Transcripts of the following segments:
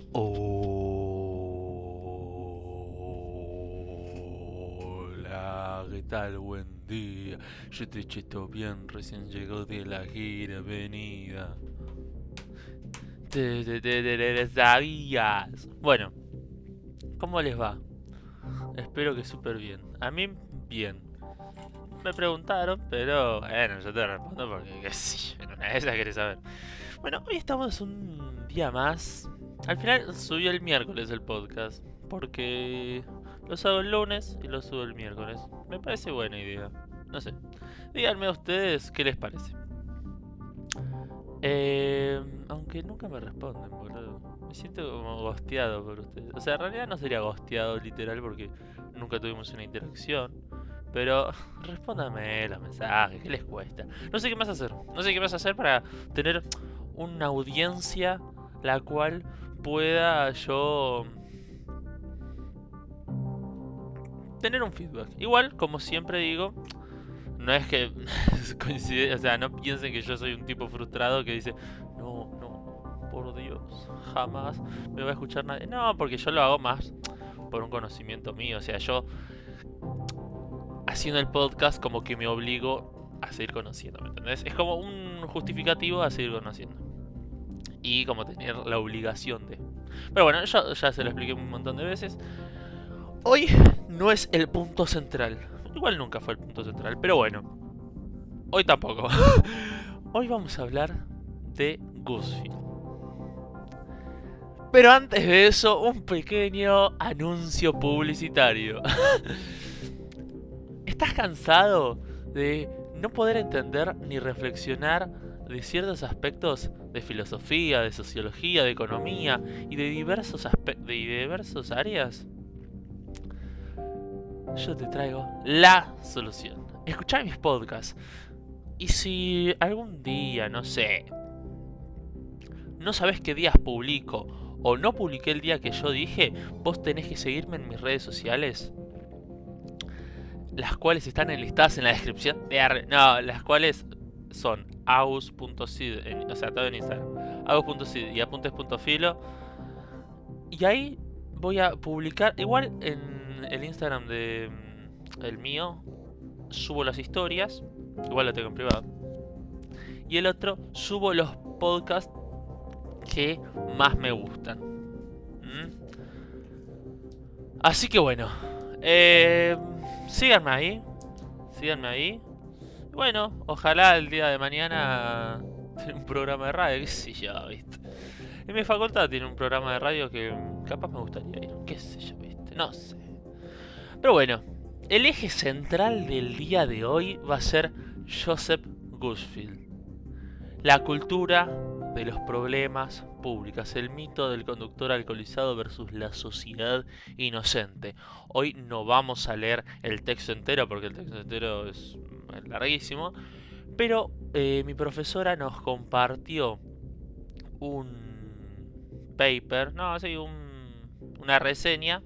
Hola, ¿qué tal? Buen día. Yo te eché todo bien, recién llegó de la gira, venida. Te sabías. Bueno, ¿cómo les va? Espero que súper bien. A mí, bien. Me preguntaron, pero bueno, yo te respondo porque qué sé yo, en una de esas querés saber. Bueno, hoy estamos un día más. Al final subió el miércoles el podcast, porque los hago el lunes y los subo el miércoles. Me parece buena idea. No sé. Díganme a ustedes qué les parece. Aunque nunca me responden, boludo. Me siento como gosteado por ustedes. O sea, en realidad no sería gosteado literal porque nunca tuvimos una interacción. Pero respóndame los mensajes, ¿qué les cuesta? No sé qué más hacer. No sé qué más hacer para tener una audiencia la cual pueda yo tener un feedback. Igual, como siempre digo, no es que coincide, o sea, no piensen que yo soy un tipo frustrado que dice, no, no, por Dios, jamás me va a escuchar nadie. No, porque yo lo hago más por un conocimiento mío. O sea, yo haciendo el podcast como que me obligo a seguir conociendo, ¿me entendés? Es como un justificativo a seguir conociendo. Y como tener la obligación de. Pero bueno, yo ya se lo expliqué un montón de veces. Hoy no es el punto central. Igual nunca fue el punto central, pero bueno. Hoy tampoco. Hoy vamos a hablar de Gusfield. Pero antes de eso, un pequeño anuncio publicitario. ¿Estás cansado de no poder entender ni reflexionar de ciertos aspectos de filosofía, de sociología, de economía y de diversos áreas? Yo te traigo la solución. Escuchá mis podcasts. Y si algún día, no sé, no sabes qué días publico o no publiqué el día que yo dije, vos tenés que seguirme en mis redes sociales, las cuales están enlistadas en la descripción de no, las cuales son agus.sid, o sea, todo en Instagram, agus.sid y apuntes.filo. Y ahí voy a publicar, igual en el Instagram de el mío, subo las historias, igual lo tengo en privado. Y el otro, subo los podcasts que más me gustan. ¿Mm? Así que bueno, síganme ahí, síganme ahí. Bueno, ojalá el día de mañana tenga un programa de radio, qué sé yo, viste. En mi facultad tiene un programa de radio que capaz me gustaría ir, qué sé yo, viste, no sé. Pero bueno, el eje central del día de hoy va a ser Joseph Gusfield. La cultura de los problemas públicos, el mito del conductor alcoholizado versus la sociedad inocente. Hoy no vamos a leer el texto entero porque el texto entero es larguísimo, pero mi profesora nos compartió un paper, no, sí, una reseña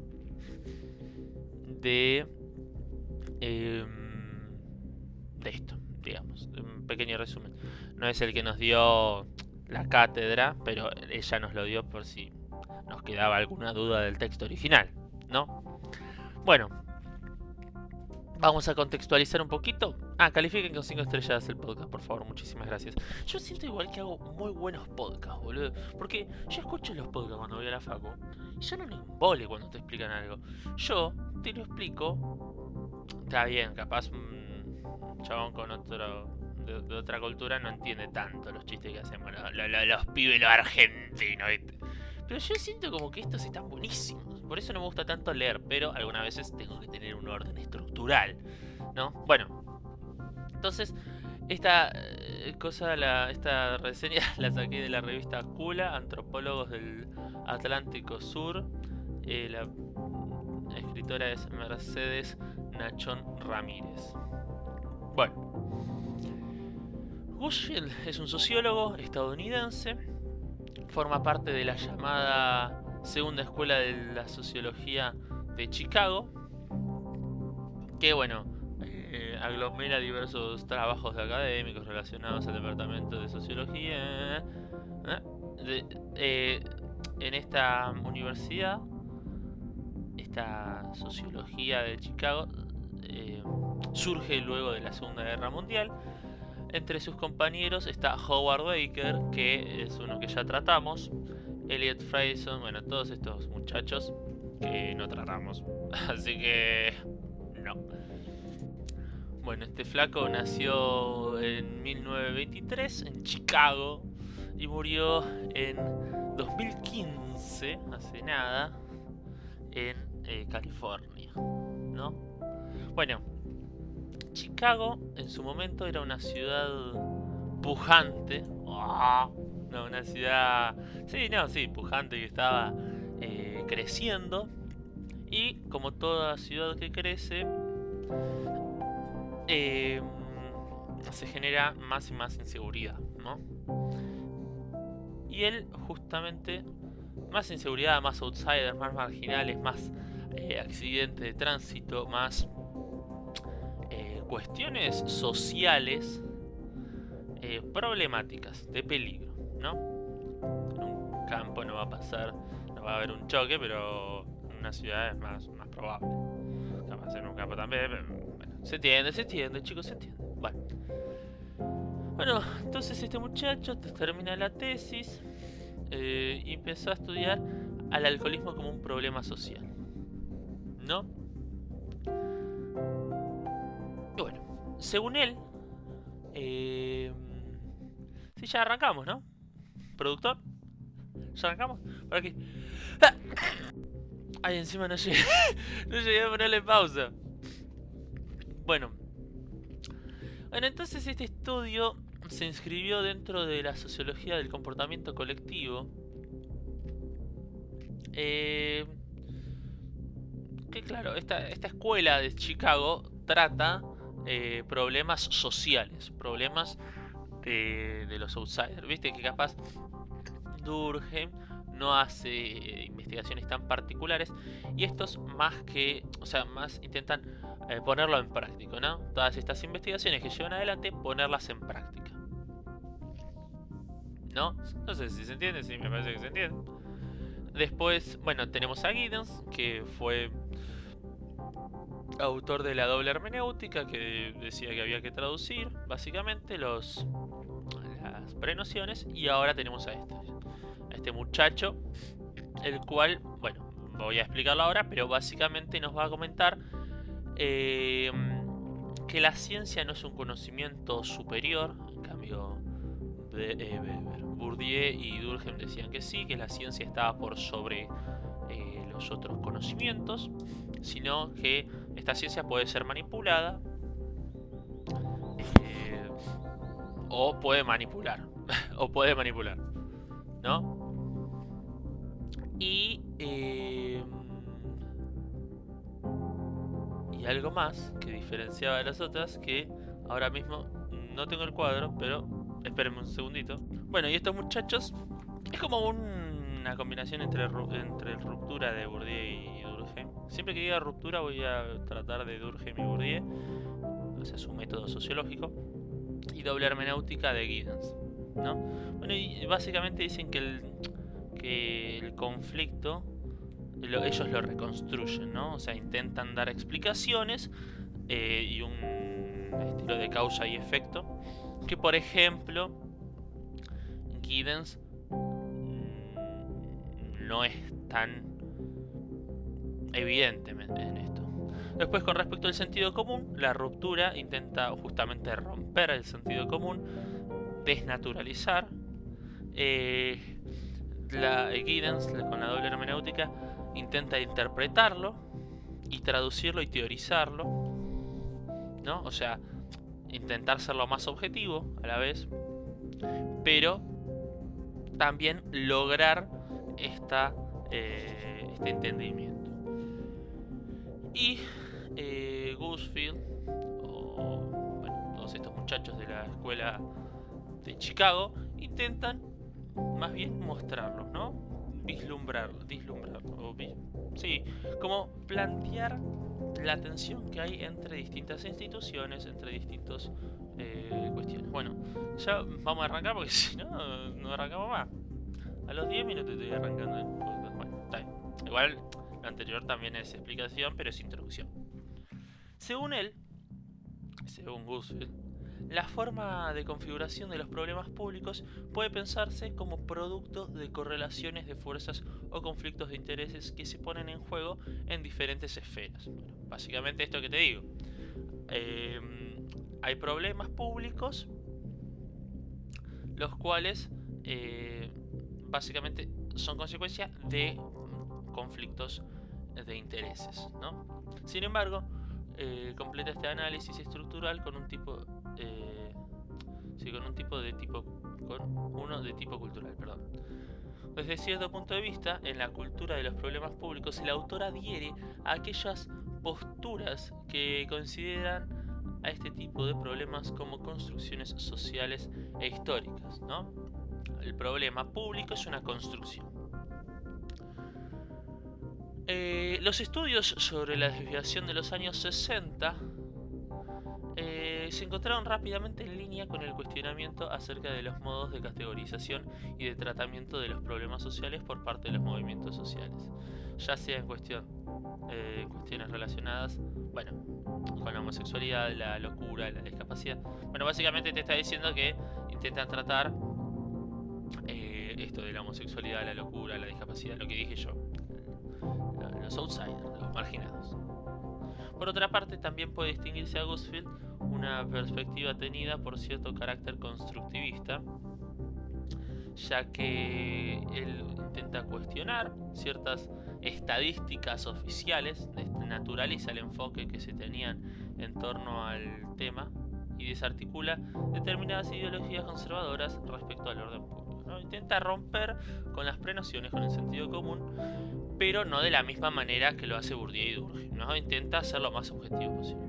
de, eh, de esto, digamos, un pequeño resumen. No es el que nos dio la cátedra, pero ella nos lo dio por si nos quedaba alguna duda del texto original, ¿no? Bueno, vamos a contextualizar un poquito. Califiquen con 5 estrellas el podcast, por favor, muchísimas gracias. Yo siento igual que hago muy buenos podcasts, boludo. Porque yo escucho los podcasts cuando voy a la facu. Y yo no me embole cuando te explican algo. Yo te lo explico. Está bien, capaz un chabón con de otra cultura no entiende tanto los chistes que hacemos los pibes, los argentinos, ¿viste? Pero yo siento como que estos están buenísimos. Por eso no me gusta tanto leer, pero algunas veces tengo que tener un orden estructural, ¿no? Bueno, entonces esta esta reseña la saqué de la revista Cula, Antropólogos del Atlántico Sur. La escritora es Mercedes Nachón Ramírez. Bueno, Gusfield es un sociólogo estadounidense. Forma parte de la llamada Segunda Escuela de la Sociología de Chicago, que bueno, aglomera diversos trabajos académicos relacionados al departamento de sociología. en esta universidad, esta sociología de Chicago, surge luego de la Segunda Guerra Mundial. Entre sus compañeros está Howard Baker, que es uno que ya tratamos, Elliot Freyson, bueno, todos estos muchachos que no tratamos, así que no. Bueno, este flaco nació en 1923 en Chicago y murió en 2015, hace nada, en California, ¿no? Bueno, Chicago en su momento era una ciudad pujante. No, una ciudad... Sí, pujante, que estaba creciendo. Y como toda ciudad que crece, se genera más y más inseguridad, ¿no? Y él justamente, más inseguridad, más outsiders, más marginales, más accidentes de tránsito, más cuestiones sociales problemáticas, de peligro, ¿no? En un campo no va a pasar, no va a haber un choque, pero en una ciudad es más probable. Capaz en un campo también, pero, bueno, se entiende, chicos, se entiende. Bueno, entonces este muchacho termina la tesis y empezó a estudiar al alcoholismo como un problema social, ¿no? Y bueno, según él, sí, ya arrancamos, ¿no? ¿Productor? ¿Ya arrancamos? ¿Para qué? ¡Ah! Ay, encima no llegué, no llegué a ponerle pausa. Bueno, entonces este estudio se inscribió dentro de la sociología del comportamiento colectivo. Que claro, esta escuela de Chicago trata problemas sociales, problemas de los outsiders. Viste que capaz Durkheim no hace investigaciones tan particulares y estos más que, o sea, más intentan ponerlo en práctica, ¿no? Todas estas investigaciones que llevan adelante, ponerlas en práctica, ¿no? No sé si se entiende, sí, me parece que se entiende. Después, bueno, tenemos a Giddens, que fue autor de la doble hermenéutica, que decía que había que traducir básicamente las prenociones. Y ahora tenemos a este muchacho, el cual, bueno, voy a explicarlo ahora, pero básicamente nos va a comentar que la ciencia no es un conocimiento superior. En cambio, Bourdieu y Durkheim decían que sí, que la ciencia estaba por sobre los otros conocimientos, sino que esta ciencia puede ser manipulada o puede manipular o puede manipular, ¿no? Y algo más que diferenciaba de las otras, que ahora mismo no tengo el cuadro, pero espérenme un segundito. Bueno, y estos muchachos es como una combinación entre ruptura de Bourdieu y Durkheim. Siempre que diga ruptura voy a tratar de Durkheim y Bourdieu, o sea, su método sociológico, y doble hermenéutica de Giddens, ¿no? Bueno, y básicamente dicen que el conflicto ellos lo reconstruyen, ¿no? O sea, intentan dar explicaciones y un estilo de causa y efecto que, por ejemplo, Giddens no es tan evidente en esto. Después, con respecto al sentido común, la ruptura intenta justamente romper el sentido común, desnaturalizar. Giddens, con la doble hermenéutica, intenta interpretarlo y traducirlo y teorizarlo, ¿no? O sea, intentar ser lo más objetivo a la vez, pero también lograr este entendimiento. Y Goosefield, o bueno, todos estos muchachos de la escuela de Chicago, intentan más bien mostrarlos, ¿no? Vislumbrarlo, sí, como plantear la tensión que hay entre distintas instituciones, entre distintas cuestiones. Bueno, ya vamos a arrancar porque si no, no arrancamos más. A los 10 minutos estoy arrancando el podcast. Bueno, está bien. Igual lo anterior también es explicación, pero es introducción. Según él, según Gusfield, la forma de configuración de los problemas públicos puede pensarse como producto de correlaciones de fuerzas o conflictos de intereses que se ponen en juego en diferentes esferas. Bueno, básicamente esto que te digo. Hay problemas públicos, los cuales básicamente son consecuencia de conflictos de intereses, ¿no? Sin embargo, completa este análisis estructural con un tipo uno de tipo cultural, perdón. Desde cierto punto de vista, en la cultura de los problemas públicos, el autor adhiere a aquellas posturas que consideran a este tipo de problemas como construcciones sociales e históricas, ¿no? El problema público es una construcción. Los estudios sobre la desviación de los años 60 se encontraron rápidamente en línea con el cuestionamiento acerca de los modos de categorización y de tratamiento de los problemas sociales por parte de los movimientos sociales, ya sea en cuestiones relacionadas, bueno, con la homosexualidad, la locura, la discapacidad. Bueno, básicamente te está diciendo que intentan tratar esto de la homosexualidad, la locura, la discapacidad, lo que dije yo, los outsiders, los marginados. Por otra parte, también puede distinguirse a Gusfield una perspectiva tenida por cierto carácter constructivista, ya que él intenta cuestionar ciertas estadísticas oficiales, naturaliza el enfoque que se tenían en torno al tema y desarticula determinadas ideologías conservadoras respecto al orden público, ¿no? Intenta romper con las prenociones, con el sentido común, pero no de la misma manera que lo hace Bourdieu y Durkheim, ¿no? Intenta ser lo más objetivo posible.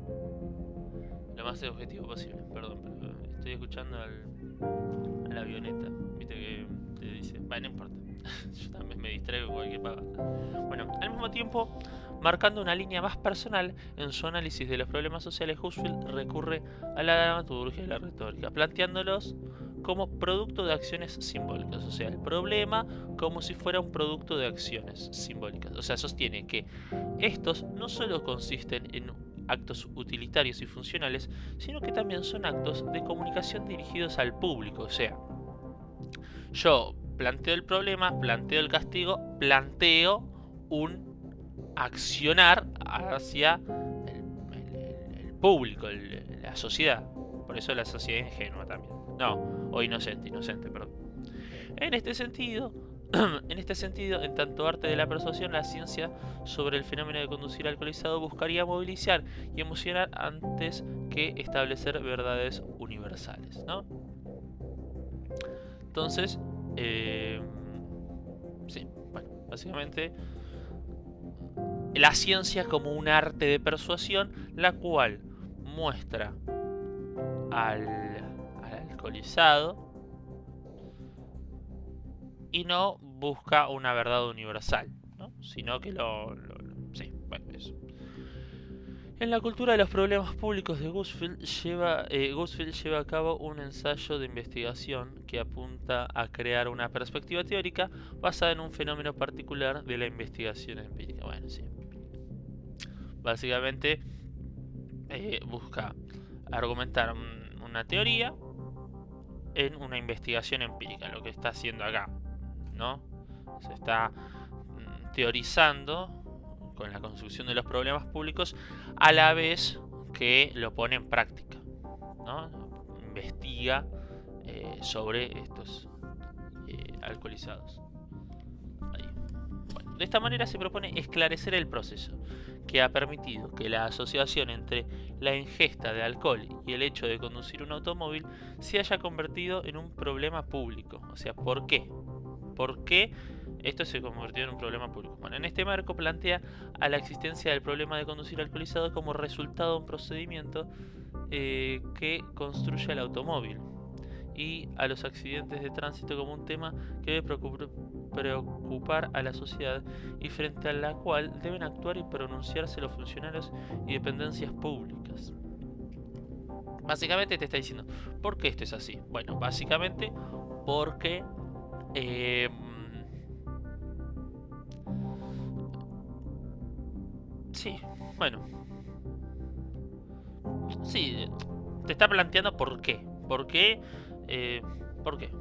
Lo más objetivo posible, perdón, pero estoy escuchando a la avioneta, viste que te dice, no importa, yo también me distraigo con cualquier pavada. Bueno, al mismo tiempo, marcando una línea más personal en su análisis de los problemas sociales, Gusfield recurre a la dramaturgia y la retórica, planteándolos como producto de acciones simbólicas, o sea, el problema como si fuera un producto de acciones simbólicas. O sea, sostiene que estos no solo consisten en actos utilitarios y funcionales, sino que también son actos de comunicación dirigidos al público. O sea, yo planteo el problema, planteo el castigo, planteo un accionar hacia el público, la sociedad. Por eso la sociedad ingenua también. No, o inocente, perdón. En este sentido, en tanto arte de la persuasión, la ciencia sobre el fenómeno de conducir alcoholizado buscaría movilizar y emocionar antes que establecer verdades universales, ¿no? Entonces, sí, bueno, básicamente la ciencia como un arte de persuasión, la cual muestra al alcoholizado y no busca una verdad universal, ¿no? Sino que sí, bueno, eso. En la cultura de los problemas públicos de Gusfield lleva a cabo un ensayo de investigación que apunta a crear una perspectiva teórica basada en un fenómeno particular de la investigación empírica. Bueno, sí. Básicamente busca argumentar una teoría en una investigación empírica, lo que está haciendo acá, ¿no? Se está teorizando con la construcción de los problemas públicos a la vez que lo pone en práctica, ¿no? Investiga sobre estos alcoholizados. Ahí. Bueno, de esta manera se propone esclarecer el proceso que ha permitido que la asociación entre la ingesta de alcohol y el hecho de conducir un automóvil se haya convertido en un problema público. O sea, ¿por qué? ¿Por qué esto se convirtió en un problema público? Bueno, en este marco plantea a la existencia del problema de conducir alcoholizado como resultado de un procedimiento que construye el automóvil, y a los accidentes de tránsito como un tema que debe preocupar a la sociedad y frente a la cual deben actuar y pronunciarse los funcionarios y dependencias públicas. Básicamente te está diciendo, ¿por qué esto es así? Bueno, básicamente porque Eh, sí, bueno, sí, te está planteando por qué. ¿Por qué? ¿Por qué?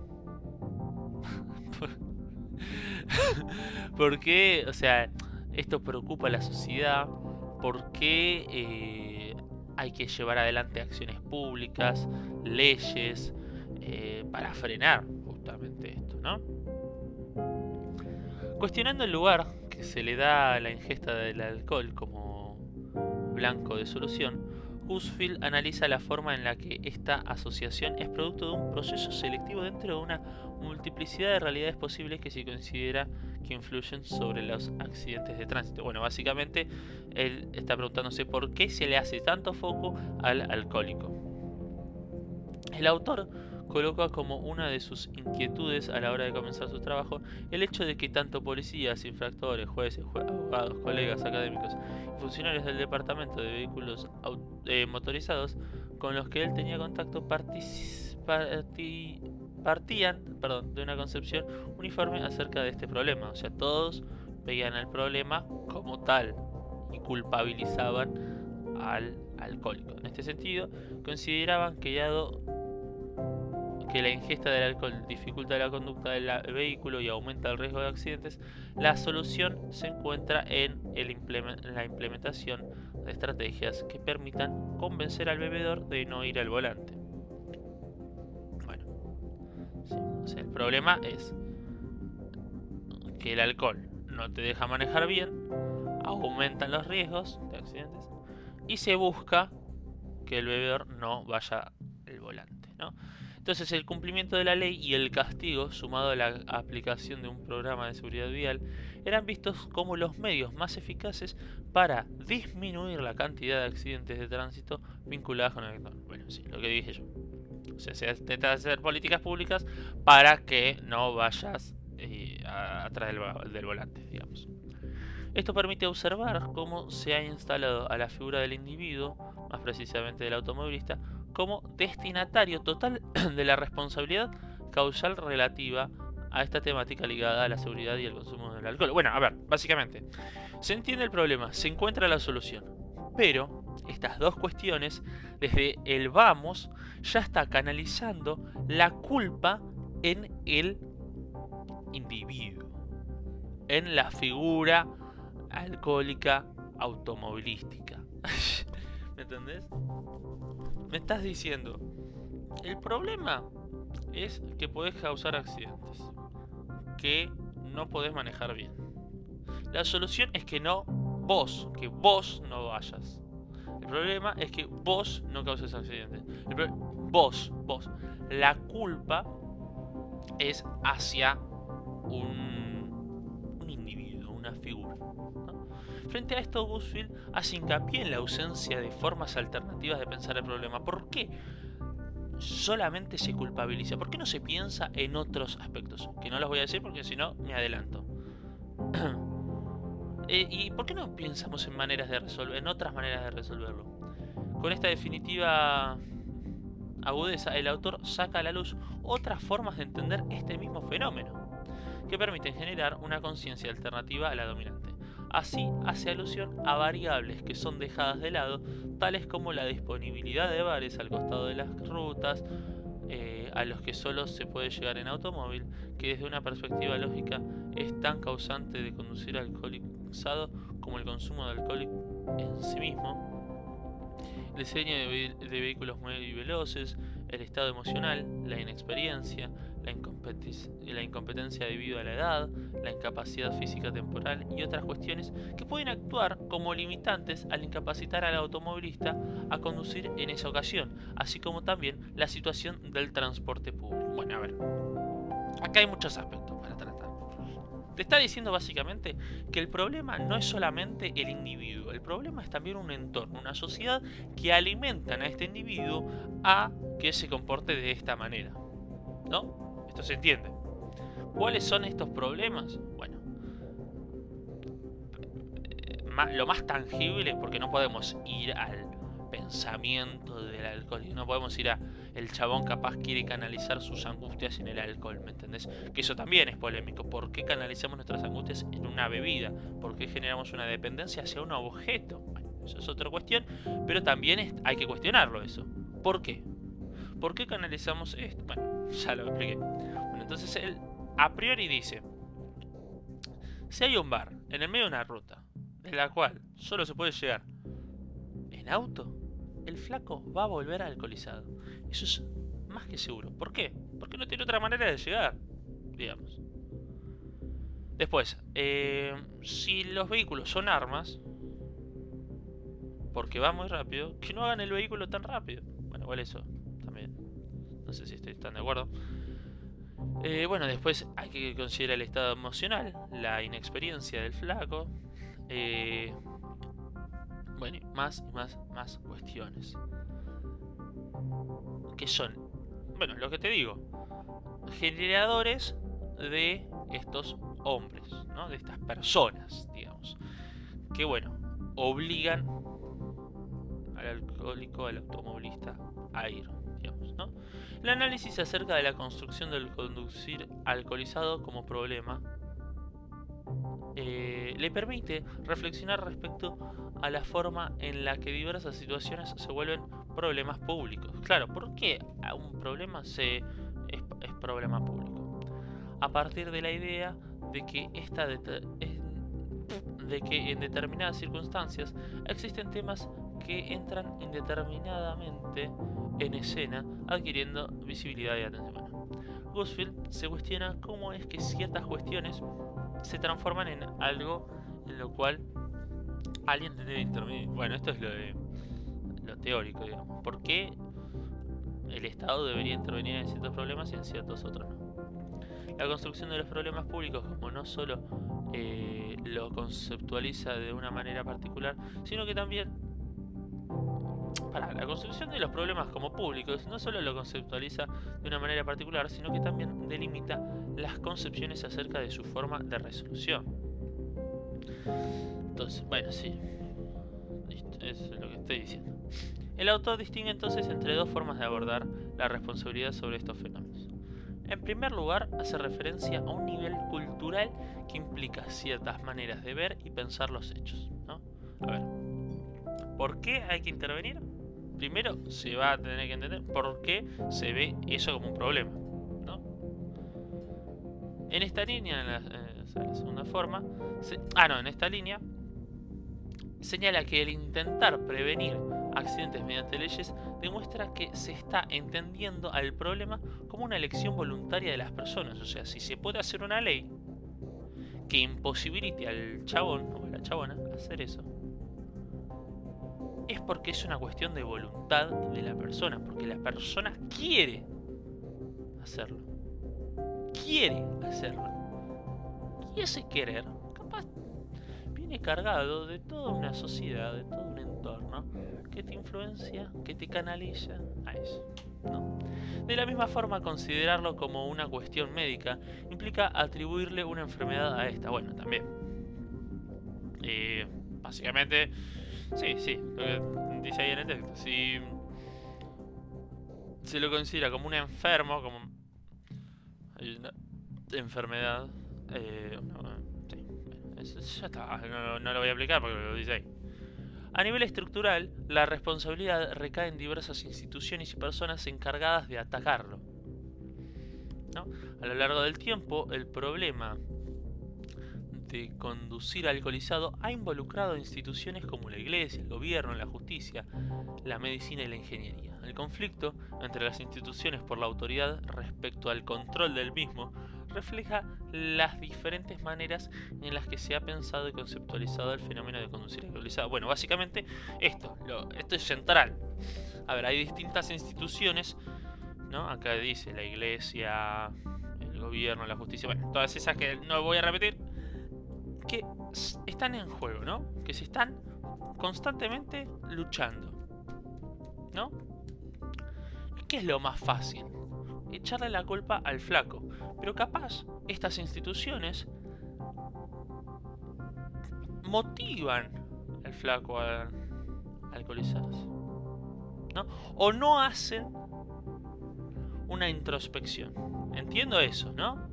¿Por qué? O sea, esto preocupa a la sociedad. ¿Por qué hay que llevar adelante acciones públicas, leyes, para frenar justamente esto, ¿no? Cuestionando el lugar que se le da a la ingesta del alcohol como blanco de solución, Husfield analiza la forma en la que esta asociación es producto de un proceso selectivo dentro de una multiplicidad de realidades posibles que se considera que influyen sobre los accidentes de tránsito. Bueno, básicamente él está preguntándose por qué se le hace tanto foco al alcohólico. El autor coloca como una de sus inquietudes a la hora de comenzar su trabajo el hecho de que tanto policías, infractores, jueces, abogados, colegas académicos y funcionarios del departamento de vehículos motorizados con los que él tenía contacto partían de una concepción uniforme acerca de este problema. O sea, todos veían el problema como tal y culpabilizaban al alcohólico. En este sentido, consideraban que dado que la ingesta del alcohol dificulta la conducta del vehículo y aumenta el riesgo de accidentes, la solución se encuentra en la implementación de estrategias que permitan convencer al bebedor de no ir al volante. Bueno, sí, o sea, el problema es que el alcohol no te deja manejar bien, aumentan los riesgos de accidentes y se busca que el bebedor no vaya al volante, ¿no? Entonces el cumplimiento de la ley y el castigo, sumado a la aplicación de un programa de seguridad vial, eran vistos como los medios más eficaces para disminuir la cantidad de accidentes de tránsito vinculados con el alcohol. Bueno, sí, lo que dije yo. O sea, se intenta hacer políticas públicas para que no vayas atrás del volante, digamos. Esto permite observar cómo se ha instalado a la figura del individuo, más precisamente del automovilista, como destinatario total de la responsabilidad causal relativa a esta temática ligada a la seguridad y el consumo del alcohol. Bueno, a ver, básicamente, se entiende el problema, se encuentra la solución, pero estas dos cuestiones, desde el vamos, ya está canalizando la culpa en el individuo, en la figura alcohólica automovilística. ¿Me entendés? Me estás diciendo, el problema es que podés causar accidentes, que no podés manejar bien. La solución es que que vos no vayas. El problema es que vos no causes accidentes. Vos. La culpa es hacia un individuo, una figura, ¿no? Frente a esto, Busfield hace hincapié en la ausencia de formas alternativas de pensar el problema. ¿Por qué solamente se culpabiliza? ¿Por qué no se piensa en otros aspectos? Que no los voy a decir porque si no me adelanto. ¿Y por qué no pensamos en otras maneras de resolverlo? Con esta definitiva agudeza, el autor saca a la luz otras formas de entender este mismo fenómeno, que permiten generar una conciencia alternativa a la dominante. Así hace alusión a variables que son dejadas de lado, tales como la disponibilidad de bares al costado de las rutas, a los que solo se puede llegar en automóvil, que desde una perspectiva lógica es tan causante de conducir alcoholizado como el consumo de alcohol en sí mismo, el diseño de vehículos muy veloces, el estado emocional, la inexperiencia, la incompetencia debido a la edad, la incapacidad física temporal y otras cuestiones que pueden actuar como limitantes al incapacitar al automovilista a conducir en esa ocasión, así como también la situación del transporte público. Bueno, a ver, acá hay muchos aspectos para tratar. Te está diciendo básicamente que el problema no es solamente el individuo, el problema es también un entorno, una sociedad que alimentan a este individuo a que se comporte de esta manera, ¿no? Esto se entiende. ¿Cuáles son estos problemas? Bueno, lo más tangible, porque no podemos ir al pensamiento del alcohólico, no podemos ir a el chabón capaz quiere canalizar sus angustias en el alcohol, ¿me entendés? Que eso también es polémico. ¿Por qué canalizamos nuestras angustias en una bebida? ¿Por qué generamos una dependencia hacia un objeto? Bueno, eso es otra cuestión, pero también hay que cuestionarlo eso. ¿Por qué? ¿Por qué canalizamos esto? Bueno, ya lo expliqué. Bueno, entonces él a priori dice, si hay un bar en el medio de una ruta, de la cual solo se puede llegar en auto, el flaco va a volver alcoholizado. Eso es más que seguro. ¿Por qué? Porque no tiene otra manera de llegar, digamos. Después, si los vehículos son armas, porque va muy rápido, que no hagan el vehículo tan rápido. Bueno, igual eso también. No sé si están de acuerdo. Bueno, después hay que considerar el estado emocional, la inexperiencia del flaco. Bueno, más cuestiones. Que son, bueno, lo que te digo, generadores de estos hombres, ¿no? De estas personas, digamos. Que bueno, obligan al alcohólico, al automovilista a ir, digamos, ¿no? El análisis acerca de la construcción del conducir alcoholizado como problema le permite reflexionar respecto a la forma en la que diversas situaciones se vuelven problemas públicos. Claro, ¿por qué un problema es problema público? A partir de la idea de que en determinadas circunstancias existen temas que entran indeterminadamente en escena, adquiriendo visibilidad y atención. Bueno, Gusfield se cuestiona cómo es que ciertas cuestiones se transforman en algo en lo cual alguien debe intervenir. Bueno, esto es lo teórico, digamos. ¿Por qué el Estado debería intervenir en ciertos problemas y en ciertos otros no? La construcción de los problemas públicos, como no solo lo conceptualiza de una manera particular, sino que también la construcción de los problemas como públicos no solo lo conceptualiza de una manera particular, sino que también delimita las concepciones acerca de su forma de resolución. Entonces, bueno, sí. Listo, eso es lo que estoy diciendo. El autor distingue entonces entre dos formas de abordar la responsabilidad sobre estos fenómenos. En primer lugar, hace referencia a un nivel cultural que implica ciertas maneras de ver y pensar los hechos, ¿no? A ver, ¿por qué hay que intervenir? Primero se va a tener que entender por qué se ve eso como un problema, ¿no? En esta línea, la segunda forma, en esta línea señala que el intentar prevenir accidentes mediante leyes demuestra que se está entendiendo al problema como una elección voluntaria de las personas. O sea, si se puede hacer una ley que imposibilite al chabón o a la chabona hacer eso, es porque es una cuestión de voluntad de la persona, porque la persona quiere hacerlo. Quiere hacerlo. Y ese querer, capaz, viene cargado de toda una sociedad, de todo un entorno que te influencia, que te canaliza a eso, ¿no? De la misma forma, considerarlo como una cuestión médica implica atribuirle una enfermedad a esta. Bueno, también. Básicamente, sí, lo que dice ahí en el texto. Si se lo considera como un enfermo, como hay una enfermedad, ya está, no lo voy a aplicar porque lo dice ahí. A nivel estructural, la responsabilidad recae en diversas instituciones y personas encargadas de atacarlo, ¿no? A lo largo del tiempo, el problema de conducir alcoholizado ha involucrado instituciones como la iglesia, el gobierno, la justicia, la medicina y la ingeniería. El conflicto entre las instituciones por la autoridad respecto al control del mismo refleja las diferentes maneras en las que se ha pensado y conceptualizado el fenómeno de conducir alcoholizado. Bueno, básicamente esto es central. A ver, hay distintas instituciones, ¿no? Acá dice la iglesia, el gobierno, la justicia, bueno, todas esas que no voy a repetir, que están en juego, ¿no? Que se están constantemente luchando, ¿no? ¿Qué es lo más fácil? Echarle la culpa al flaco. Pero capaz estas instituciones motivan al flaco a alcoholizarse, ¿no? O no hacen una introspección. Entiendo eso, ¿no?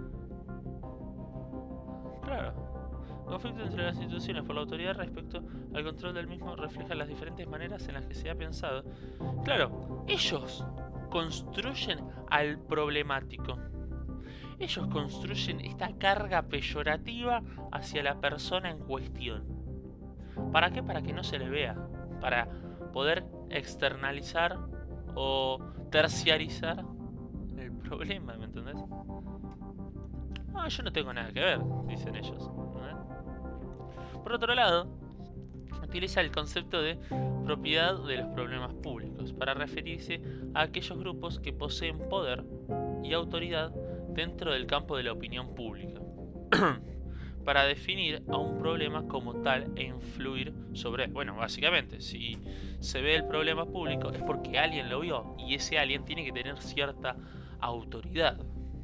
Claro. El conflicto entre las instituciones por la autoridad respecto al control del mismo refleja las diferentes maneras en las que se ha pensado. Claro, ellos construyen al problemático. Ellos construyen esta carga peyorativa hacia la persona en cuestión. ¿Para qué? Para que no se le vea. Para poder externalizar o terciarizar el problema, ¿me entendés? No, yo no tengo nada que ver, dicen ellos. Por otro lado, utiliza el concepto de propiedad de los problemas públicos para referirse a aquellos grupos que poseen poder y autoridad dentro del campo de la opinión pública, para definir a un problema como tal e influir sobre él. Bueno, básicamente, si se ve el problema público es porque alguien lo vio y ese alguien tiene que tener cierta autoridad.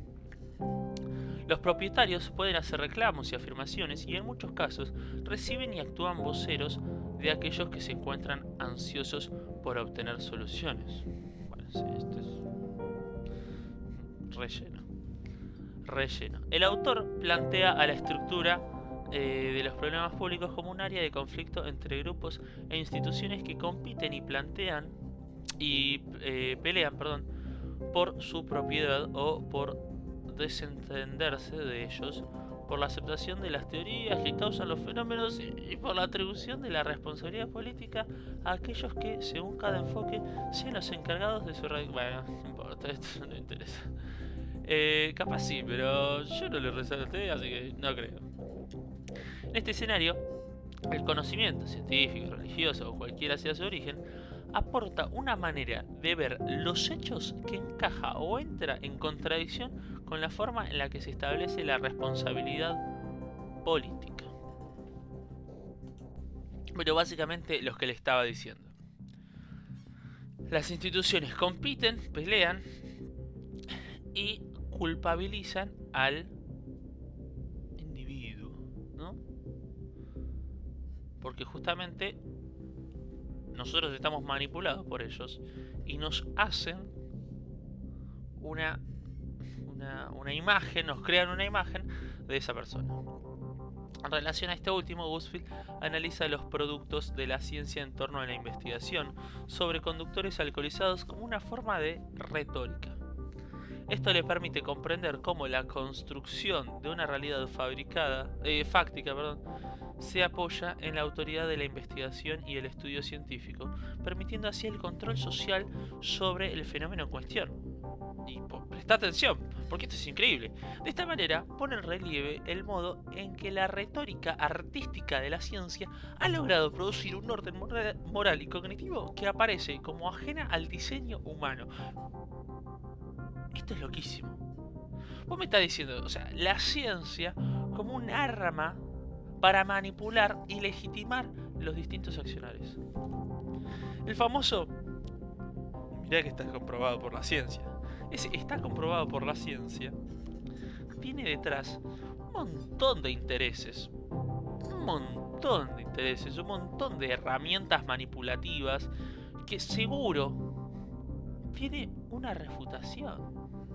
Los propietarios pueden hacer reclamos y afirmaciones y en muchos casos reciben y actúan voceros de aquellos que se encuentran ansiosos por obtener soluciones. Bueno, sí, esto es relleno. El autor plantea a la estructura de los problemas públicos como un área de conflicto entre grupos e instituciones que compiten y pelean, por su propiedad o por desentenderse de ellos, por la aceptación de las teorías que causan los fenómenos y por la atribución de la responsabilidad política a aquellos que, según cada enfoque, sean los encargados de su... Bueno, no importa, esto no interesa. Capaz sí, pero yo no le rezo a ustedes, así que no creo. En este escenario, el conocimiento científico, religioso o cualquiera sea su origen, aporta una manera de ver los hechos que encaja o entra en contradicción con la forma en la que se establece la responsabilidad política. Pero básicamente lo que le estaba diciendo. Las instituciones compiten, pelean y culpabilizan al individuo, ¿no? Porque justamente nosotros estamos manipulados por ellos y nos hacen una imagen, nos crean una imagen de esa persona. En relación a este último, Busfield analiza los productos de la ciencia en torno a la investigación sobre conductores alcoholizados como una forma de retórica. Esto le permite comprender cómo la construcción de una realidad fáctica, se apoya en la autoridad de la investigación y el estudio científico, permitiendo así el control social sobre el fenómeno en cuestión. Y presta atención, porque esto es increíble. De esta manera pone en relieve el modo en que la retórica artística de la ciencia ha logrado producir un orden moral y cognitivo que aparece como ajena al diseño humano. Esto es loquísimo. Vos me estás diciendo, o sea, la ciencia como un arma para manipular y legitimar los distintos accionarios. El famoso, mirá que está comprobado por la ciencia. Ese está comprobado por la ciencia. Tiene detrás un montón de intereses. Un montón de herramientas manipulativas que seguro tiene una refutación.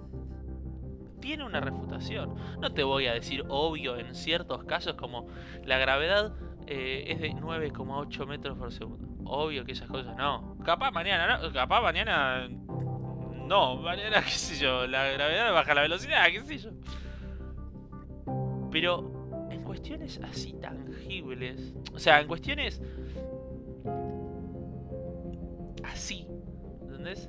No te voy a decir obvio en ciertos casos como la gravedad es de 9,8 metros por segundo. Obvio que esas cosas no. Capaz mañana, qué sé yo, la gravedad baja la velocidad, qué sé yo. Pero en cuestiones así tangibles, o sea, en cuestiones así, ¿entendés?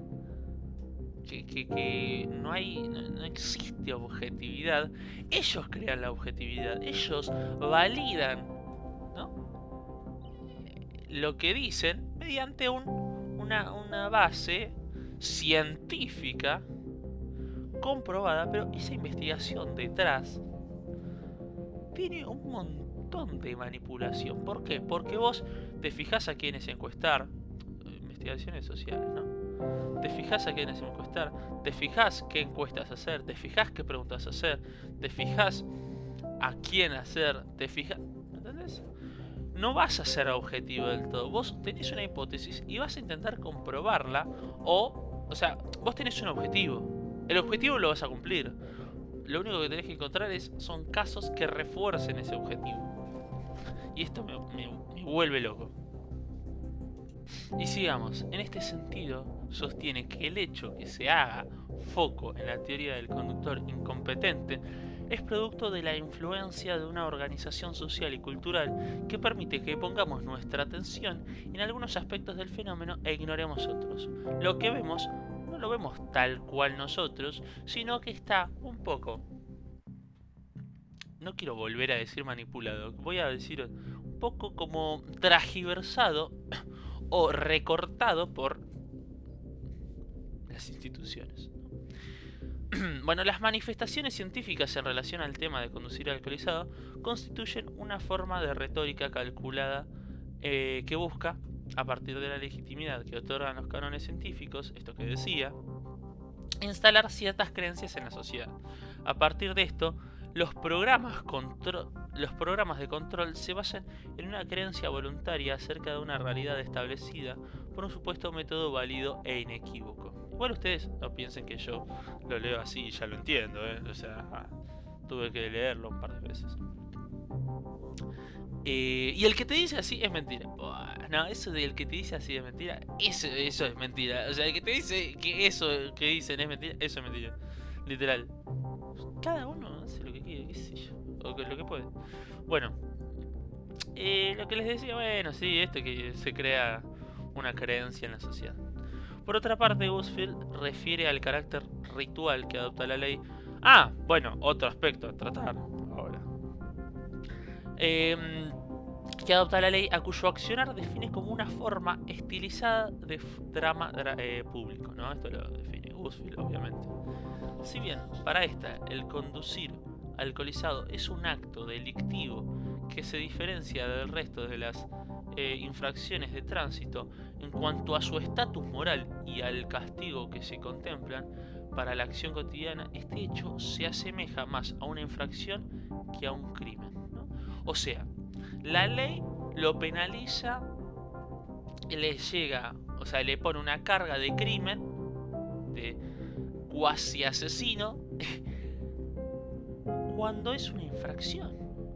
Que no existe objetividad. Ellos crean la objetividad, ellos validan, ¿no?, lo que dicen mediante una base científica comprobada, pero esa investigación detrás tiene un montón de manipulación. ¿Por qué? Porque vos te fijás a quiénes encuestar, investigaciones sociales, ¿no? Te fijas a quiénes encuestar, te fijas qué encuestas hacer, te fijas qué preguntas hacer, te fijas a quién hacer, te fijas... ¿Entendés? No vas a ser objetivo del todo. Vos tenés una hipótesis y vas a intentar comprobarla o O sea, vos tenés un objetivo. El objetivo lo vas a cumplir. Lo único que tenés que encontrar son casos que refuercen ese objetivo. Y esto me vuelve loco. Y sigamos, en este sentido, sostiene que el hecho que se haga foco en la teoría del conductor incompetente es producto de la influencia de una organización social y cultural que permite que pongamos nuestra atención en algunos aspectos del fenómeno e ignoremos otros. Lo que vemos no lo vemos tal cual nosotros, sino que está un poco... No quiero volver a decir manipulado, voy a decir un poco como tragiversado o recortado por las instituciones. Bueno, las manifestaciones científicas en relación al tema de conducir alcoholizado constituyen una forma de retórica calculada que busca, a partir de la legitimidad que otorgan los cánones científicos, esto que decía, instalar ciertas creencias en la sociedad. A partir de esto, los programas de control se basan en una creencia voluntaria acerca de una realidad establecida por un supuesto método válido e inequívoco. Igual ustedes no piensen que yo lo leo así y ya lo entiendo, o sea, tuve que leerlo un par de veces. Y el que te dice así es mentira. No, eso del que te dice así es mentira, eso es mentira. O sea, el que te dice que eso que dicen es mentira, eso es mentira. Literal. Cada uno hace lo que quiere, qué sé yo, o lo que puede. Bueno, lo que les decía, bueno, sí, esto que se crea una creencia en la sociedad. Por otra parte, Busfield refiere al carácter ritual que adopta la ley. Ah, bueno, otro aspecto a tratar ahora. Que adopta la ley a cuyo accionar define como una forma estilizada de drama público, ¿no? Esto lo define Busfield, obviamente. Si bien para esta el conducir alcoholizado es un acto delictivo que se diferencia del resto de las infracciones de tránsito en cuanto a su estatus moral y al castigo que se contemplan para la acción cotidiana, este hecho se asemeja más a una infracción que a un crimen, ¿no? O sea, la ley lo penaliza, le llega, o sea, le pone una carga de crimen, de cuasi asesino, cuando es una infracción.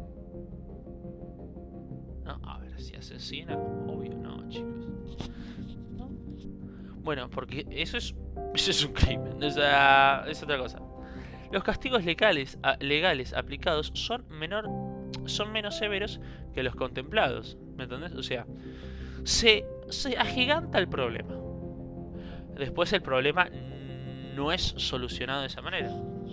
No, a ver, si asesina, obvio no, chicos. ¿No? Bueno, porque eso es un crimen, o sea, es otra cosa. Los castigos legales aplicados son menos severos que los contemplados, ¿me entendés? O sea, se agiganta el problema. Después el problema no es solucionado de esa manera.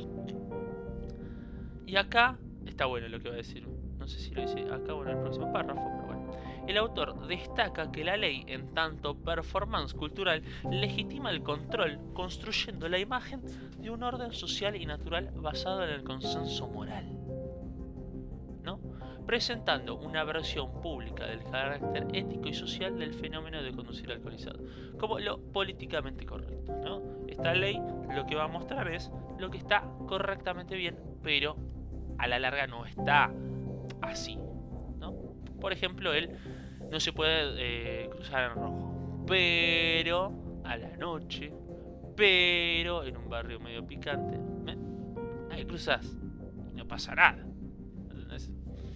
Y acá está bueno lo que va a decir. No sé si lo dice acá o en el próximo párrafo, pero bueno. El autor destaca que la ley, en tanto performance cultural, legitima el control, construyendo la imagen de un orden social y natural basado en el consenso moral, ¿no? Presentando una versión pública del carácter ético y social del fenómeno de conducir alcoholizado, como lo políticamente correcto, ¿no? Esta ley lo que va a mostrar es lo que está correctamente bien, pero a la larga no está así, ¿no? Por ejemplo, él no se puede cruzar en rojo, pero a la noche, pero en un barrio medio picante, ahí cruzás y no pasa nada. ¿Entendés?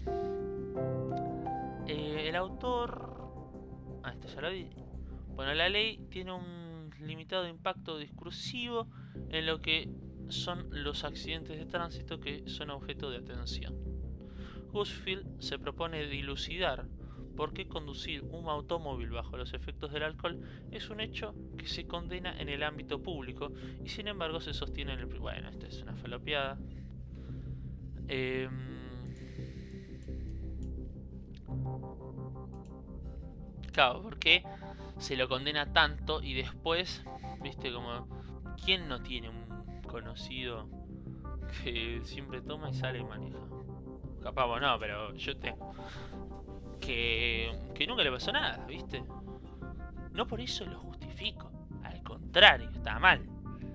El autor... esto ya lo vi. Bueno, la ley tiene un limitado impacto discursivo en lo que son los accidentes de tránsito que son objeto de atención. Busfield se propone dilucidar por qué conducir un automóvil bajo los efectos del alcohol es un hecho que se condena en el ámbito público y sin embargo se sostiene en el... Bueno, esto es una falopeada. Claro, porque se lo condena tanto y después, viste, como... ¿Quién no tiene un conocido que siempre toma y sale y maneja? Capaz vos no, pero yo tengo. Que nunca le pasó nada, ¿viste? No por eso lo justifico. Al contrario, está mal.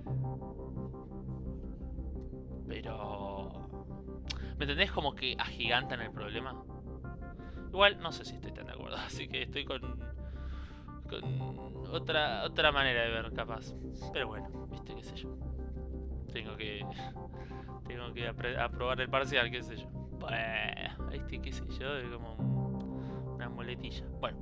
Pero... ¿me entendés? Como que agigantan el problema. Igual no sé si estoy tan de acuerdo. Así que estoy con otra manera de ver, capaz. Pero bueno, viste, qué sé yo. Tengo que aprobar el parcial, qué sé yo. Bueno, viste, qué sé yo, es como una muletilla. Bueno,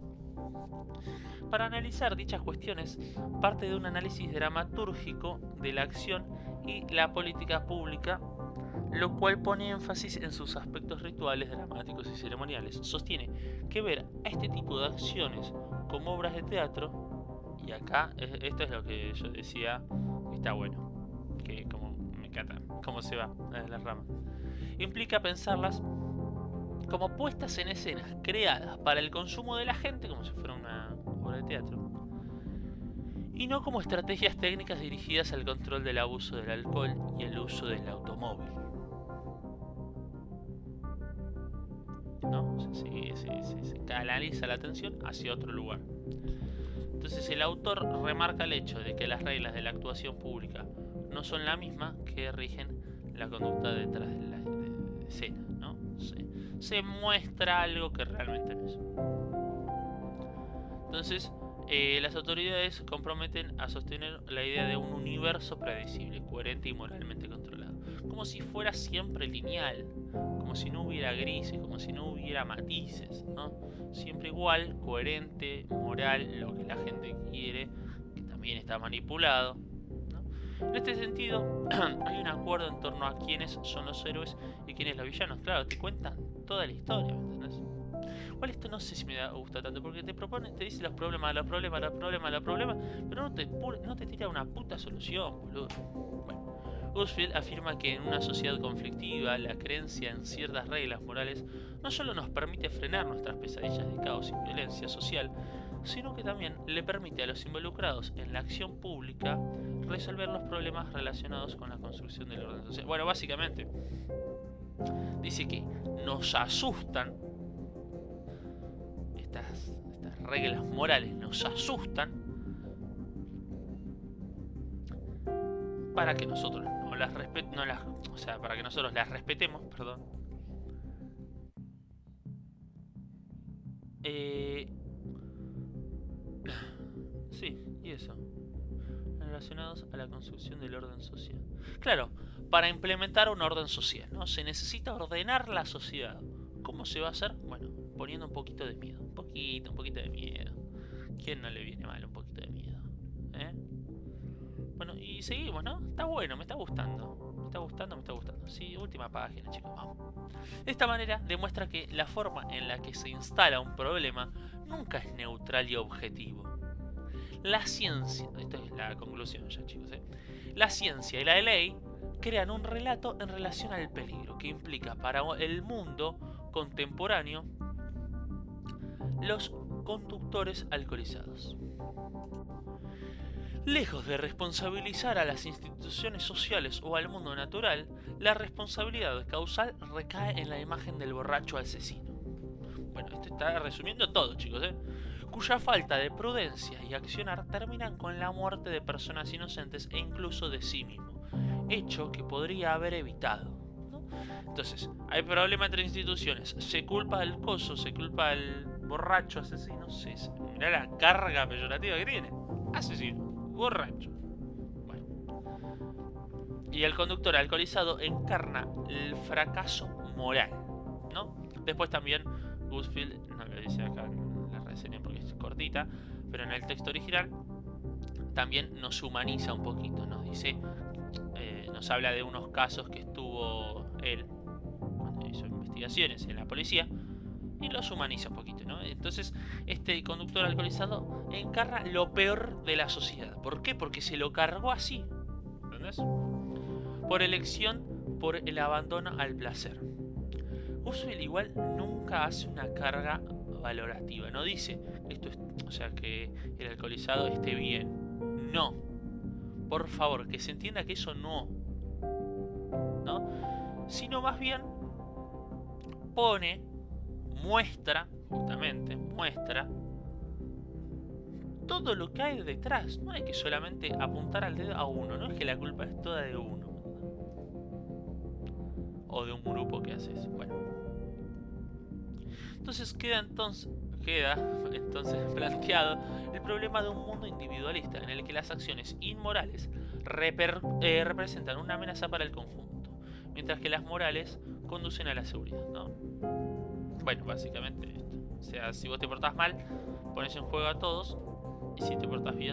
para analizar dichas cuestiones, parte de un análisis dramatúrgico de la acción y la política pública, lo cual pone énfasis en sus aspectos rituales, dramáticos y ceremoniales. Sostiene que ver a este tipo de acciones como obras de teatro, y acá esto es lo que yo decía, que está bueno, que como me encanta cómo se va las ramas, implica pensarlas como puestas en escenas creadas para el consumo de la gente, como si fuera una obra de teatro, y no como estrategias técnicas dirigidas al control del abuso del alcohol y el uso del automóvil. ¿No? Se canaliza la atención hacia otro lugar. Entonces el autor remarca el hecho de que las reglas de la actuación pública no son la misma que rigen la conducta detrás de la escena, ¿no? Se muestra algo que realmente no es. Entonces, las autoridades comprometen a sostener la idea de un universo predecible, coherente y moralmente controlado, como si fuera siempre lineal, como si no hubiera grises, como si no hubiera matices, ¿no? Siempre igual, coherente, moral, lo que la gente quiere, que también está manipulado, ¿no? En este sentido, hay un acuerdo en torno a quiénes son los héroes y quiénes los villanos. Claro, te cuentan toda la historia, ¿me entendés? Igual esto no sé si me gusta tanto, porque te dice los problemas, pero no te tira una puta solución, boludo. Bueno, Gusfield afirma que en una sociedad conflictiva, la creencia en ciertas reglas morales no solo nos permite frenar nuestras pesadillas de caos y violencia social, sino que también le permite a los involucrados en la acción pública resolver los problemas relacionados con la construcción del orden social. Bueno, básicamente dice que nos asustan estas reglas morales, nos asustan para que nosotros para que nosotros las respetemos, perdón. Sí, y eso, relacionados a la construcción del orden social. Claro, para implementar un orden social, ¿no? Se necesita ordenar la sociedad. ¿Cómo se va a hacer? Bueno, poniendo un poquito de miedo. Un poquito de miedo. ¿Quién no le viene mal un poquito de miedo? Bueno, y seguimos, ¿no? Está bueno, me está gustando. Me está gustando. Sí, última página, chicos, vamos. De esta manera demuestra que la forma en la que se instala un problema nunca es neutral y objetivo. La ciencia, esto es la conclusión ya, chicos, la ciencia y la ley crean un relato en relación al peligro que implica para el mundo contemporáneo los conductores alcoholizados. Lejos de responsabilizar a las instituciones sociales o al mundo natural, la responsabilidad causal recae en la imagen del borracho asesino. Bueno, esto está resumiendo todo, chicos, cuya falta de prudencia y accionar terminan con la muerte de personas inocentes e incluso de sí mismo, hecho que podría haber evitado, ¿no? Entonces, hay problema entre instituciones, se culpa al coso, se culpa al borracho asesino, mirá la carga peyorativa que tiene, asesino, borracho. Bueno. Y el conductor alcoholizado encarna el fracaso moral, ¿no? Después también Gusfield, no lo dice acá en la reseña porque es cortita, pero en el texto original también nos humaniza un poquito, nos dice, nos habla de unos casos que estuvo él cuando hizo investigaciones en la policía y los humaniza un poquito, ¿no? Entonces este conductor alcoholizado encarna lo peor de la sociedad. ¿Por qué? Porque se lo cargó así, ¿entendés? Por elección, por el abandono al placer. Gusfield igual nunca hace una carga valorativa, no dice esto es, o sea, que el alcoholizado esté bien, no, por favor, que se entienda que eso no, sino más bien muestra todo lo que hay detrás. No hay que solamente apuntar al dedo a uno, no es que la culpa es toda de uno o de un grupo que hace eso. Bueno, entonces queda entonces planteado el problema de un mundo individualista en el que las acciones inmorales representan una amenaza para el conjunto, mientras que las morales conducen a la seguridad, ¿no? Bueno, básicamente esto. O sea, si vos te portás mal, pones en juego a todos, y si te portás bien,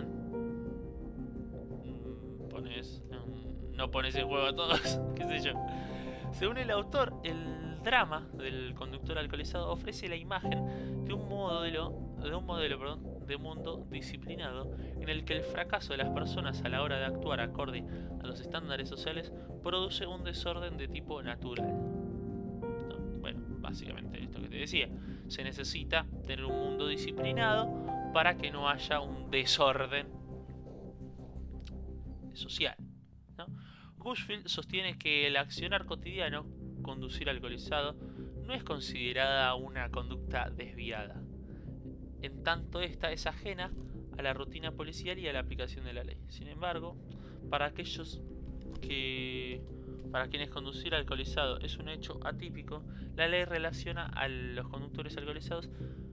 no pones en juego a todos, qué sé yo. Según el autor, el drama del conductor alcoholizado ofrece la imagen de un modelo de mundo disciplinado en el que el fracaso de las personas a la hora de actuar acorde a los estándares sociales produce un desorden de tipo natural. ¿No? Bueno, básicamente esto que te decía. Se necesita tener un mundo disciplinado para que no haya un desorden social, ¿no? Kurzweil sostiene que el accionar cotidiano, conducir alcoholizado, no es considerada una conducta desviada, en tanto esta es ajena a la rutina policial y a la aplicación de la ley. Sin embargo, para quienes conducir alcoholizado es un hecho atípico, la ley relaciona a los conductores alcoholizados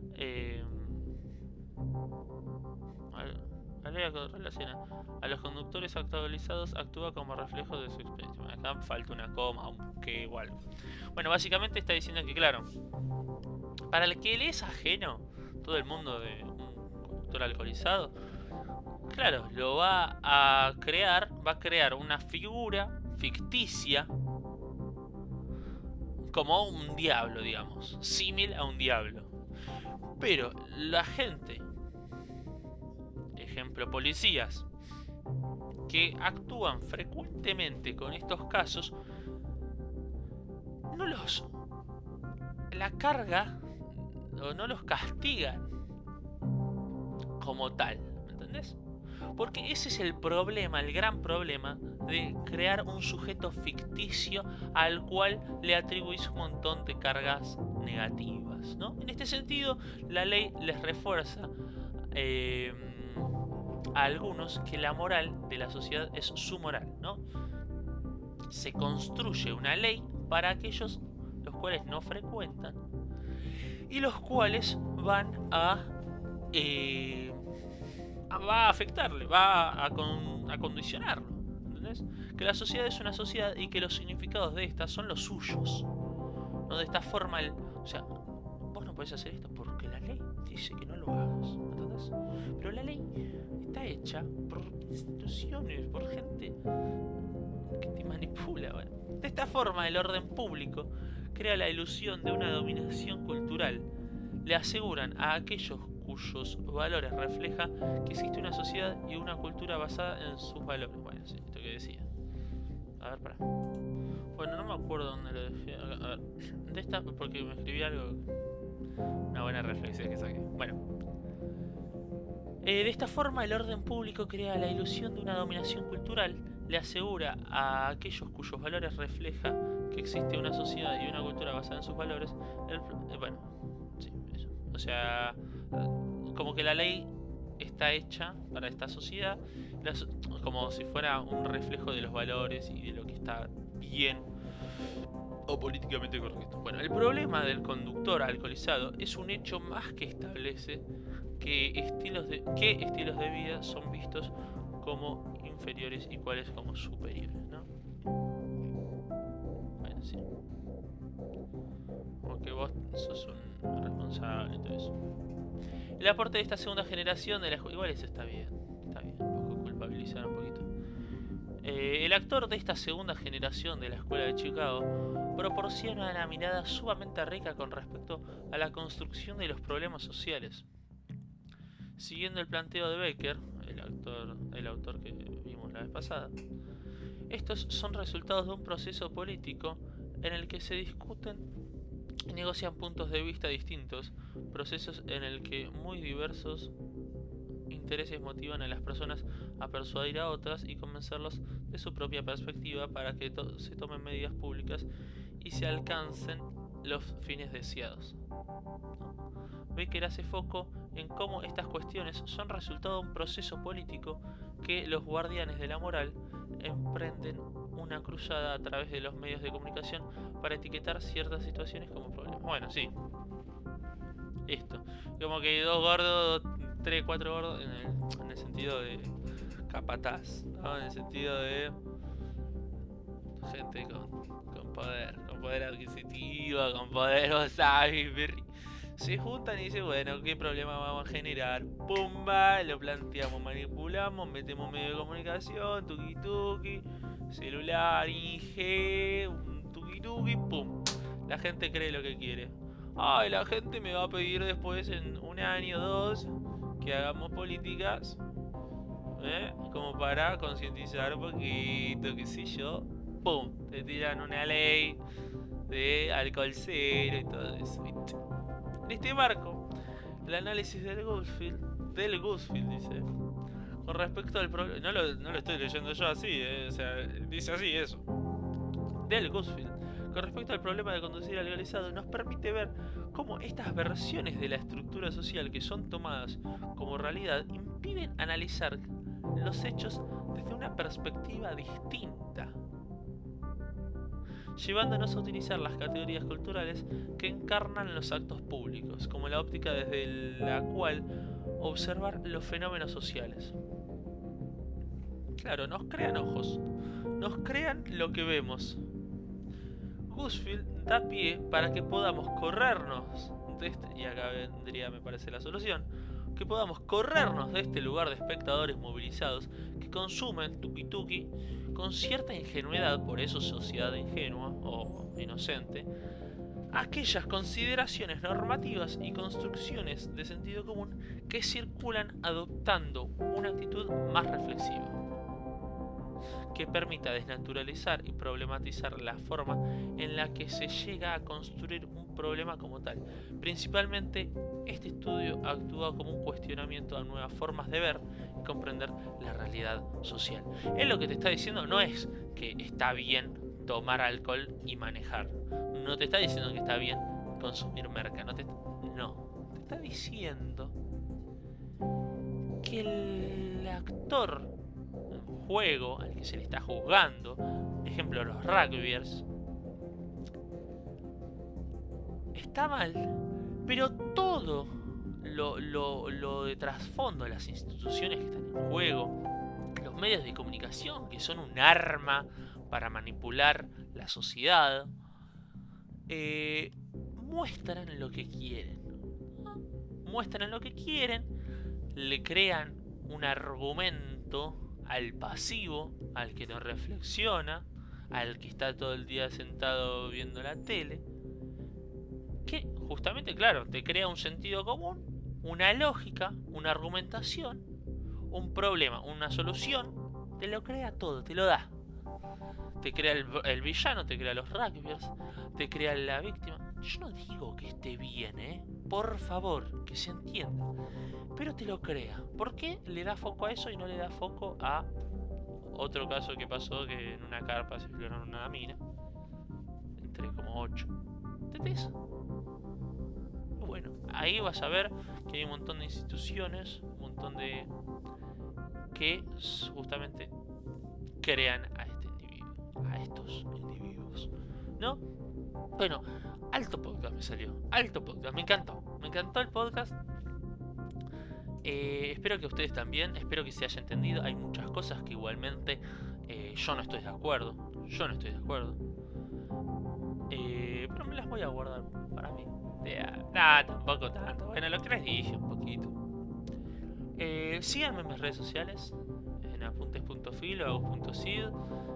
la ley relaciona a los conductores alcoholizados actúa como reflejo de su experiencia. Acá falta una coma, un que o algo. Bueno, básicamente está diciendo que, claro, para el que le es ajeno todo el mundo de un conductor alcoholizado, claro, lo va a crear una figura ficticia como un diablo, digamos, símil a un diablo. Pero la gente, ejemplo policías, que actúan frecuentemente con estos casos, la carga o no los castigan como tal, ¿me entendés? Porque ese es el problema, el gran problema de crear un sujeto ficticio al cual le atribuís un montón de cargas negativas, ¿no? En este sentido, la ley les refuerza a algunos que la moral de la sociedad es su moral, ¿no? Se construye una ley para aquellos los cuales no frecuentan y los cuales van a afectarle, va a condicionarlo, ¿entendés? Que la sociedad es una sociedad y que los significados de esta son los suyos, ¿no? De esta forma, o sea, vos no podés hacer esto porque la ley dice que no lo hagas, ¿entendés? Pero la ley está hecha por instituciones, por gente que te manipula. Bueno, de esta forma, el orden público crea la ilusión de una dominación cultural. Le aseguran a aquellos cuyos valores refleja que existe una sociedad y una cultura basada en sus valores. Bueno, sí, esto que decía. A ver, pará. Bueno, no me acuerdo dónde lo dejé. A ver, de esta, porque me escribí algo. Una buena reflexión que saqué. Bueno. De esta forma, el orden público crea la ilusión de una dominación cultural. Le asegura a aquellos cuyos valores refleja que existe una sociedad y una cultura basada en sus valores. Bueno, sí, eso. O sea, como que la ley está hecha para esta sociedad, como si fuera un reflejo de los valores y de lo que está bien o políticamente correcto. Bueno, el problema del conductor alcoholizado es un hecho más que establece que estilos de vida son vistos como inferiores y cuáles como superiores, ¿no? Bueno, sí. Porque vos sos un responsable y todo eso. El aporte de esta segunda generación de la igual eso está bien, un poco culpabilizar un poquito. El actor de esta segunda generación de la escuela de Chicago proporciona una mirada sumamente rica con respecto a la construcción de los problemas sociales. Siguiendo el planteo de Becker, el autor que vimos la vez pasada, estos son resultados de un proceso político en el que se discuten y negocian puntos de vista distintos, procesos en el que muy diversos intereses motivan a las personas a persuadir a otras y convencerlos de su propia perspectiva para que se tomen medidas públicas y se alcancen los fines deseados, ¿no? Becker hace foco en cómo estas cuestiones son resultado de un proceso político que los guardianes de la moral emprenden una cruzada a través de los medios de comunicación para etiquetar ciertas situaciones como problemas. Bueno, sí. Esto. Como que 2 gordos, 3, 4 gordos, en el sentido de capataz, ¿no? En el sentido de gente con poder adquisitivo, con poder wasabi, se juntan y dicen, bueno, ¿qué problema vamos a generar? Pumba, lo planteamos, manipulamos, metemos medio de comunicación, tuki tuki, celular, IG, un tuki tuki, pum. La gente cree lo que quiere. Ay, la gente me va a pedir después en un año o 2 que hagamos políticas, como para concientizar un poquito, qué sé yo. Pum, te tiran una ley de alcohol cero y todo eso, ¿viste? En este marco, el análisis del Gusfield dice, con respecto al problema, no lo estoy leyendo yo así, o sea, dice así eso, del Gusfield, con respecto al problema de conducir legalizado, nos permite ver cómo estas versiones de la estructura social que son tomadas como realidad impiden analizar los hechos desde una perspectiva distinta, llevándonos a utilizar las categorías culturales que encarnan los actos públicos, como la óptica desde la cual observar los fenómenos sociales. Claro, nos crean ojos, nos crean lo que vemos. Gusfield da pie para que podamos corrernos de este, y acá vendría, me parece, la solución, que podamos corrernos de este lugar de espectadores movilizados que consumen tuki tuki con cierta ingenuidad, por eso sociedad ingenua o inocente, aquellas consideraciones normativas y construcciones de sentido común que circulan adoptando una actitud más reflexiva, que permita desnaturalizar y problematizar la forma en la que se llega a construir un problema como tal. Principalmente, este estudio actúa como un cuestionamiento a nuevas formas de ver y comprender la realidad social. Él lo que te está diciendo no es que está bien tomar alcohol y manejar. No te está diciendo que está bien consumir merca. No. Te está diciendo que el actor juego al que se le está juzgando, ejemplo los rugbyers, está mal, pero todo lo de trasfondo, las instituciones que están en juego, los medios de comunicación que son un arma para manipular la sociedad, muestran lo que quieren, muestran lo que quieren, le crean un argumento al pasivo, al que no reflexiona, al que está todo el día sentado viendo la tele, que justamente, claro, te crea un sentido común, una lógica, una argumentación, un problema, una solución, te lo crea todo, te lo da. Te crea el villano, te crea los rugbyers, te crea la víctima. Yo no digo que esté bien, por favor, que se entienda, pero te lo crea. ¿Por qué le da foco a eso y no le da foco a otro caso que pasó, que en una carpa se violaron una mina? Entre como 8. ¿Entendés? Bueno, ahí vas a ver que hay un montón de instituciones, un montón de que justamente crean a este individuo, a estos individuos, ¿no? Bueno, alto podcast me salió, alto podcast, me encantó el podcast. Espero que ustedes también, espero que se haya entendido. Hay muchas cosas que igualmente yo no estoy de acuerdo, pero me las voy a guardar para mí. Tampoco tanto, bueno, lo que les dije un poquito. Síganme en mis redes sociales, en apuntes.fil o agus.sid.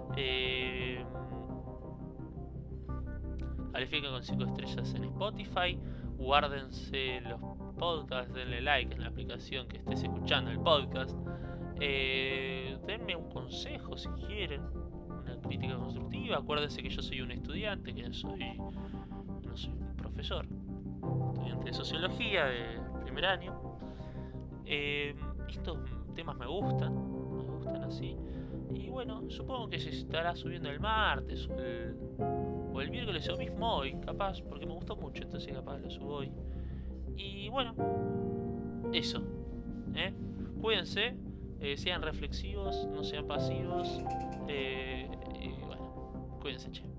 Califiquen con 5 estrellas en Spotify. Guárdense los podcasts, denle like en la aplicación que estés escuchando el podcast. Denme un consejo si quieren, una crítica constructiva. Acuérdense que yo soy un estudiante, que no soy un profesor. Estudiante de sociología de primer año. Estos temas me gustan así. Y bueno, supongo que se estará subiendo el martes o el miércoles o mismo hoy, capaz, porque me gustó mucho, entonces capaz lo subo hoy. Y bueno, eso, cuídense, sean reflexivos, no sean pasivos, y bueno, cuídense, che.